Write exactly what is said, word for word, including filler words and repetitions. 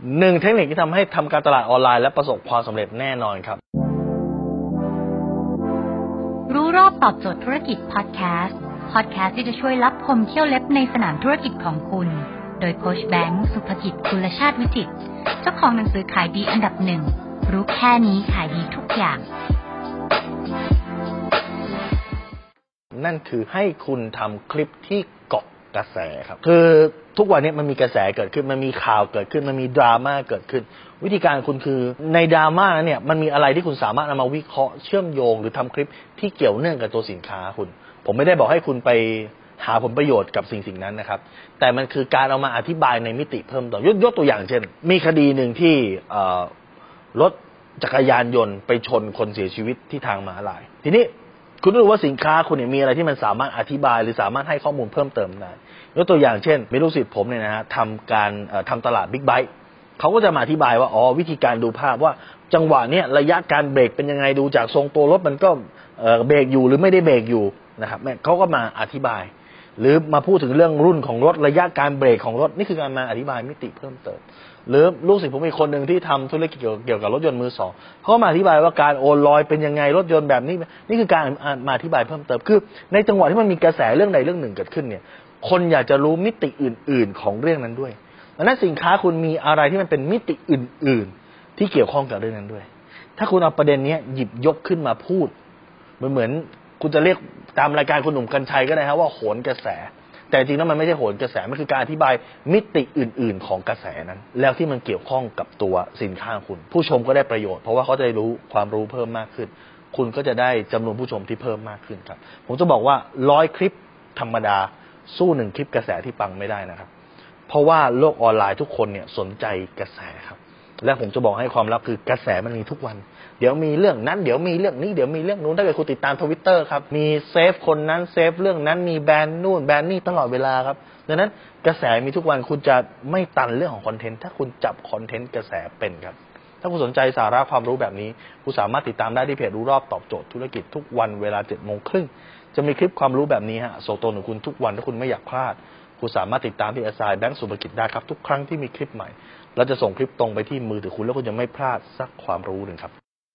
หนึ่งเทคนิคที่ทำให้ทำการตลาดออนไลน์และประสบความสำเร็จแน่นอนครับรู้รอบตอบโจทย์ธุรกิจพอดแคสต์พอดแคสต์ที่จะช่วยลับคมเขี้ยวเล็บในสนามธุรกิจของคุณโดยโค้ชแบงค์สุภกิจกุลชาติวิจิตรเจ้าของหนังสือขายดีอันดับหนึ่งรู้แค่นี้ขายดีทุกอย่างนั่นคือให้คุณทำคลิปที่เกาะกระแสครับคือทุกวันนี้มันมีกระแสเกิดขึ้นมันมีข่าวเกิดขึ้นมันมีดราม่าเกิดขึ้นวิธีการคุณคือในดราม่านั้นเนี่ยมันมีอะไรที่คุณสามารถนำมาวิเคราะห์เชื่อมโยงหรือทำคลิปที่เกี่ยวเนื่องกับตัวสินค้าคุณผมไม่ได้บอกให้คุณไปหาผลประโยชน์กับสิ่งสิ่งนั้นนะครับแต่มันคือการเอามาอธิบายในมิติเพิ่มเติมยกตัวอย่างเช่นมีคดีหนึ่งที่รถจักรยานยนต์ไปชนคนเสียชีวิตที่ทางม้าลายทีนี้คุณรู้ว่าสินค้าคุณเนี่ยมีอะไรที่มันสามารถอธิบายหรือสามารถให้ข้อมูลเพิ่มเติมได้ยกตัวอย่างเช่นมีลูกศิษย์ผมเนี่ยนะฮะทำการทำตลาดบิ๊กไบค์เขาก็จะมาอธิบายว่าอ๋อวิธีการดูภาพว่าจังหวะเนี้ยระยะการเบรกเป็นยังไงดูจากทรงตัวรถมันก็เบรกอยู่หรือไม่ได้เบรกอยู่นะครับเขาก็มาอธิบายหรือมาพูดถึงเรื่องรุ่นของรถระยะการเบรกของรถนี่คือการมาอธิบายมิติเพิ่มเติมหรือลูกศิษย์ผมอีกคนหนึ่งที่ทำธุรกิจเกี่ยวกับรถยนต์มือสองเขามาอธิบายว่าการโอนลอยเป็นยังไงรถยนต์แบบนี้นี่คือการมาอธิบายเพิ่มเติมคือในจังหวะที่มันมีกระแสเรื่องใดเรื่องหนึ่งเกิดขึ้นเนี่ยคนอยากจะรู้มิติอื่นๆของเรื่องนั้นด้วยดังนั้นสินค้าคุณมีอะไรที่มันเป็นมิติอื่นๆที่เกี่ยวข้องกับเรื่องนั้นด้วยถ้าคุณเอาประเด็นนี้หยิบยกขึ้นมาพูดมันเหมือนคุณจะเรียกตามรายการคุณหนุ่มกรรชัยก็ได้ครับว่าโหนกระแสแต่จริงแล้วมันไม่ใช่โหนกระแสมันคือการอธิบายมิติอื่นๆของกระแสนั้นแล้วที่มันเกี่ยวข้องกับตัวสินค้าคุณผู้ชมก็ได้ประโยชน์เพราะว่าเขาจะได้รู้ความรู้เพิ่มมากขึ้นคุณก็จะได้จำนวนผู้ชมที่เพิ่มมากขึ้นครับผมจะบอกว่าร้อยคลิปธรรมดาสู้หนึ่งคลิปกระแสที่ปังไม่ได้นะครับเพราะว่าโลกออนไลน์ทุกคนเนี่ยสนใจกระแสครับและผมจะบอกให้ความลับคือกระแสมันมีทุกวันเดี๋ยวมีเรื่องนั้นเดี๋ยวมีเรื่องนี้เดี๋ยวมีเรื่องนู้นถ้าเกิดคุณติดตาม Twitter ครับมีเซฟคนนั้นเซฟเรื่องนั้นมีแบรนด์นู่นแบรนด์นี่ตลอดเวลาครับดังนั้นกระแสมีทุกวันคุณจะไม่ตันเรื่องของคอนเทนต์ถ้าคุณจับคอนเทนต์กระแสเป็นครับถ้าคุณสนใจสาระความรู้แบบนี้คุณสามารถติดตามได้ที่เพจรู้รอบตอบโจทย์ธุรกิจทุกวันเวลา เจ็ดโมงครึ่งจะมีคลิปความรู้แบบนี้ฮะส่งตรงถึงคุณทุกวันถ้าคุณไม่อยากพลาดคุณสามารถติดตามที่ เอส ไอ แบงก์สุภกิจได้ครับทุกครั้งที่มีคลิปใหม่เราจะส่งคลิปตรงไปที่มือถือคุณแล้วคุณจะไม่พลาดสักความรู้หนึ่งครับ